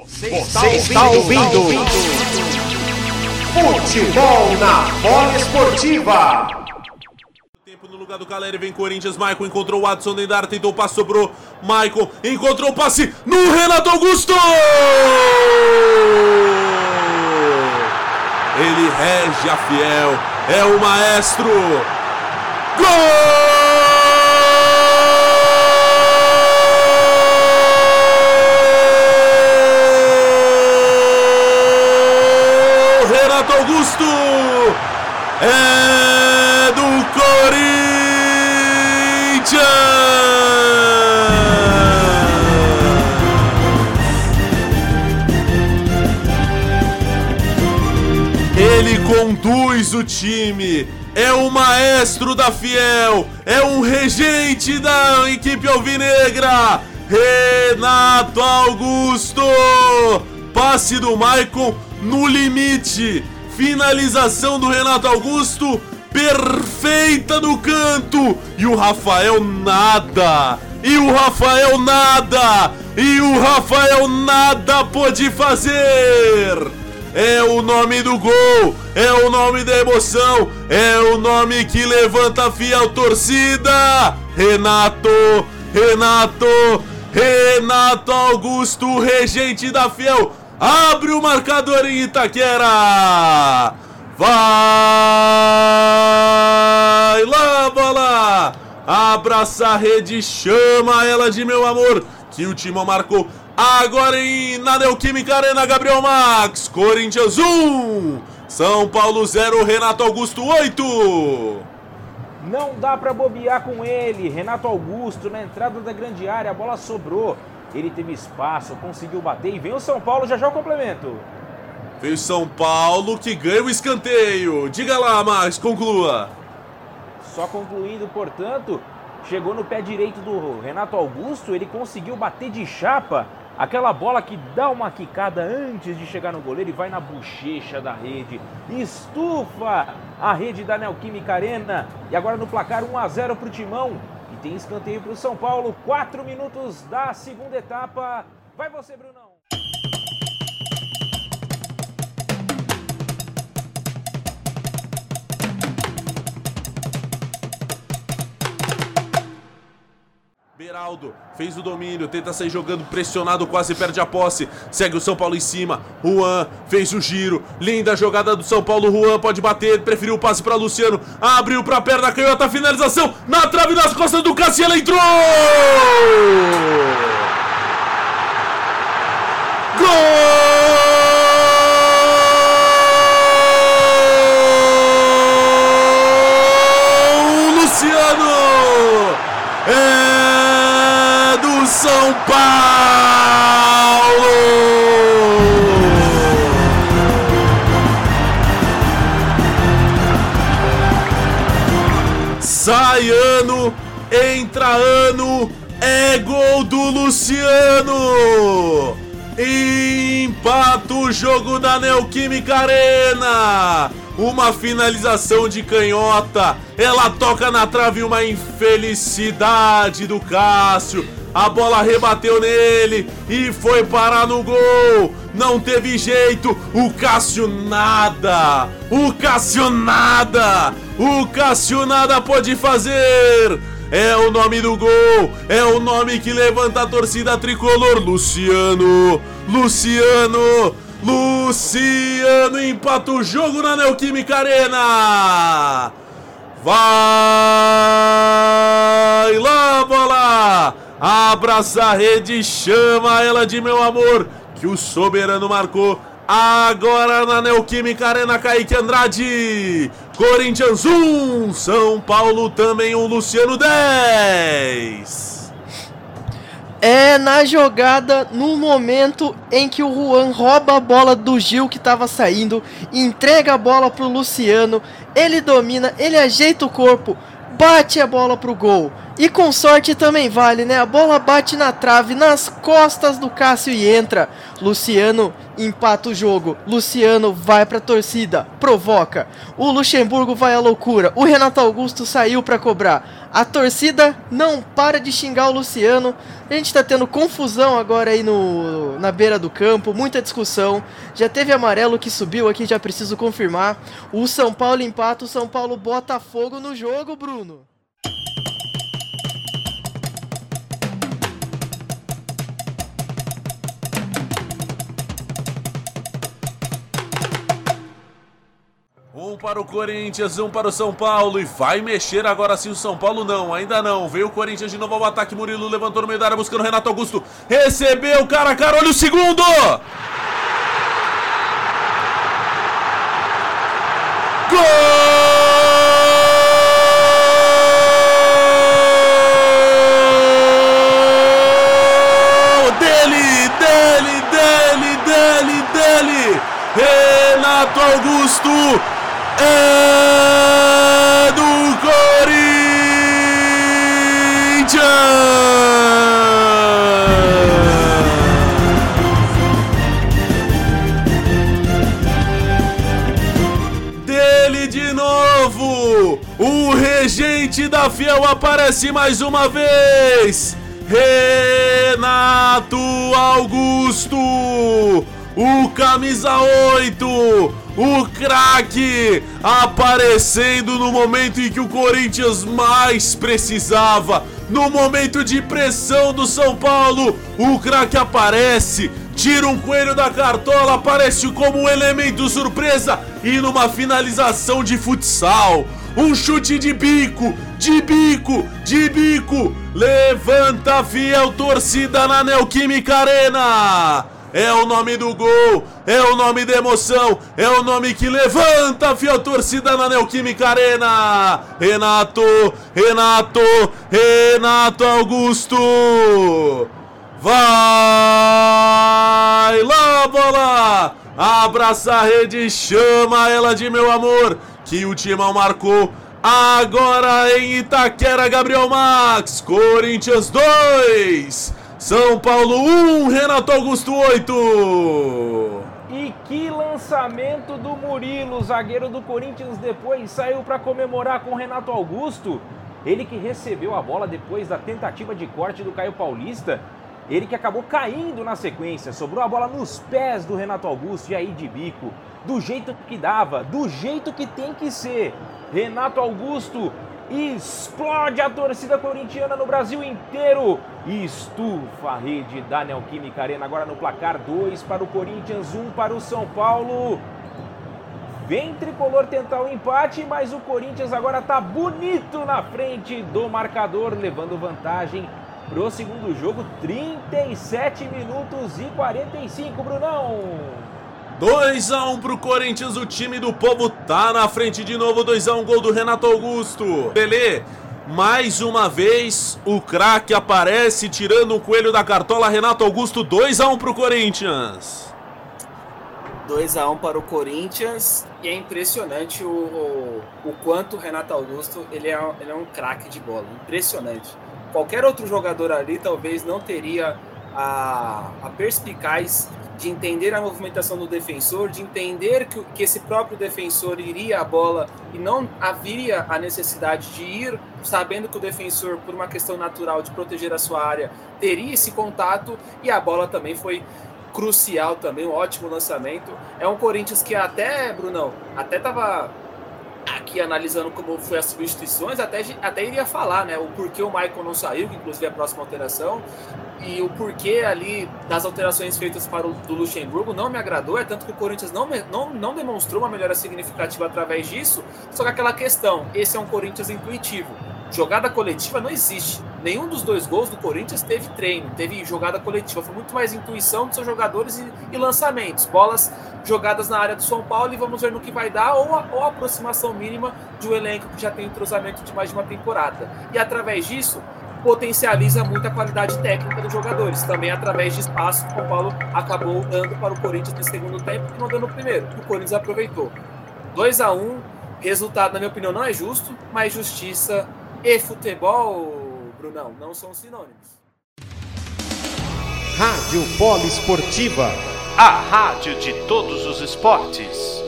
Você está ouvindo Futebol na Bola Esportiva. Tempo no lugar do Caleri, vem Corinthians, Maicon encontrou o Adson Dendar, tentou o passe, sobrou Maicon, encontrou o passe no Renato Augusto! Ele rege a fiel, é o maestro! Gol! Renato Augusto é do Corinthians! Ele conduz o time, é o maestro da fiel, é um regente da equipe alvinegra, Renato Augusto! Passe do Maicon no limite, finalização do Renato Augusto, perfeita no canto, e o Rafael nada pôde fazer. É o nome do gol, é o nome da emoção, é o nome que levanta a fiel torcida. Renato Augusto, regente da fiel, abre o marcador em Itaquera. Vai lá, bola! Abraça a rede, chama ela de meu amor, que o Timão marcou agora na Neoquímica Arena. Gabriel Max, Corinthians 1, São Paulo 0, Renato Augusto 8. Não dá pra bobear com ele, Renato Augusto na entrada da grande área, a bola sobrou. Ele teve espaço, conseguiu bater e vem o São Paulo, já o complemento. Veio São Paulo que ganha o escanteio. Diga lá, Max, conclua. Só concluindo, portanto, chegou no pé direito do Renato Augusto, ele conseguiu bater de chapa. Aquela bola que dá uma quicada antes de chegar no goleiro e vai na bochecha da rede. Estufa a rede da Neoquímica Arena. E agora no placar 1-0 pro Timão. E tem escanteio pro São Paulo. 4 minutos da segunda etapa. Vai você, Brunão. Beraldo fez o domínio, tenta sair jogando, pressionado, quase perde a posse. Segue o São Paulo em cima. Juan fez o giro. Linda jogada do São Paulo. Juan pode bater, preferiu o passe para Luciano. Abriu para a perna, canhota, finalização na trave das costas do Cassiano, entrou! Gol! Luciano! São Paulo! Sai ano, entra ano, é gol do Luciano! Empata o jogo da Neoquímica Arena! Uma finalização de canhota, ela toca na trave, uma infelicidade do Cássio. A bola rebateu nele e foi parar no gol. Não teve jeito. O Cássio nada pode fazer. É o nome do gol. É o nome que levanta a torcida tricolor. Luciano empata o jogo na Neoquímica Arena. Vai lá, bola! Abraça a rede, chama ela de meu amor, que o soberano marcou agora na Neoquímica Arena. Kaique Andrade, Corinthians 1, São Paulo também 1, Luciano 10. É na jogada, no momento em que o Juan rouba a bola do Gil que estava saindo, entrega a bola pro Luciano, ele domina, ele ajeita o corpo, bate a bola pro gol. E com sorte também vale, né? A bola bate na trave, nas costas do Cássio e entra. Luciano empata o jogo. Luciano vai pra torcida, provoca. O Luxemburgo vai à loucura. O Renato Augusto saiu pra cobrar. A torcida não para de xingar o Luciano. A gente tá tendo confusão agora aí na beira do campo, muita discussão. Já teve amarelo que subiu aqui, já preciso confirmar. O São Paulo empata, o São Paulo bota fogo no jogo, Bruno. Um para o Corinthians, um para o São Paulo. E vai mexer agora sim o São Paulo. Não, ainda não. Veio o Corinthians de novo ao ataque. Murilo levantou no meio da área buscando o Renato Augusto. Recebeu, cara a cara. Olha o segundo! Gol! Dele! Renato Augusto! É do Corinthians! Dele de novo! O regente da Fiel aparece mais uma vez! Renato Augusto! O camisa 8! O craque aparecendo no momento em que o Corinthians mais precisava. No momento de pressão do São Paulo, o craque aparece, tira um coelho da cartola, aparece como um elemento surpresa e numa finalização de futsal. Um chute de bico, levanta a Fiel torcida na Neoquímica Arena. É o nome do gol, é o nome da emoção, é o nome que levanta a fiel torcida na Neoquímica Arena. Renato Augusto. Vai lá, bola. Abraça a rede, chama ela de meu amor, que o Timão marcou. Agora em Itaquera, Gabriel Max. Corinthians 2. São Paulo 1, Renato Augusto 8. E que lançamento do Murilo, zagueiro do Corinthians, depois saiu para comemorar com o Renato Augusto. Ele que recebeu a bola depois da tentativa de corte do Caio Paulista. Ele que acabou caindo na sequência, sobrou a bola nos pés do Renato Augusto e aí de bico. Do jeito que dava, do jeito que tem que ser. Renato Augusto explode a torcida corintiana no Brasil inteiro e estufa a rede da Neoquímica Arena. Agora no placar, 2 para o Corinthians, 1 para o São Paulo. Vem Tricolor tentar o empate, mas o Corinthians agora está bonito na frente do marcador, levando vantagem pro segundo jogo. 37 minutos e 45, Brunão. 2-1 pro Corinthians, o time do povo tá na frente de novo, 2-1, gol do Renato Augusto. Pelé, mais uma vez, o craque aparece tirando um coelho da cartola. Renato Augusto, 2-1 pro Corinthians. 2-1 para o Corinthians, e é impressionante o quanto o Renato Augusto ele é um craque de bola, impressionante. Qualquer outro jogador ali talvez não teria a perspicaz de entender a movimentação do defensor, de entender que esse próprio defensor iria à bola e não haveria a necessidade de ir sabendo que o defensor, por uma questão natural de proteger a sua área, teria esse contato, e a bola também foi crucial também, um ótimo lançamento. É um Corinthians que até, Brunão, até estava aqui analisando como foi as substituições, até iria falar, né, o porquê o Maicon não saiu, que inclusive é a próxima alteração, e o porquê ali das alterações feitas para o do Luxemburgo não me agradou, é tanto que o Corinthians não demonstrou uma melhora significativa através disso. Só que aquela questão, esse é um Corinthians intuitivo, jogada coletiva não existe, nenhum dos dois gols do Corinthians teve treino, teve jogada coletiva, foi muito mais intuição dos seus jogadores e lançamentos, bolas jogadas na área do São Paulo, e vamos ver no que vai dar, ou a aproximação mínima de um elenco que já tem entrosamento de mais de uma temporada, e através disso potencializa muito a qualidade técnica dos jogadores. Também através de espaço, o São Paulo acabou dando para o Corinthians no segundo tempo e não deu no primeiro. O Corinthians aproveitou. 2-1, resultado, na minha opinião, não é justo, mas justiça e futebol, Brunão, não são sinônimos. Rádio Poliesportiva. A rádio de todos os esportes.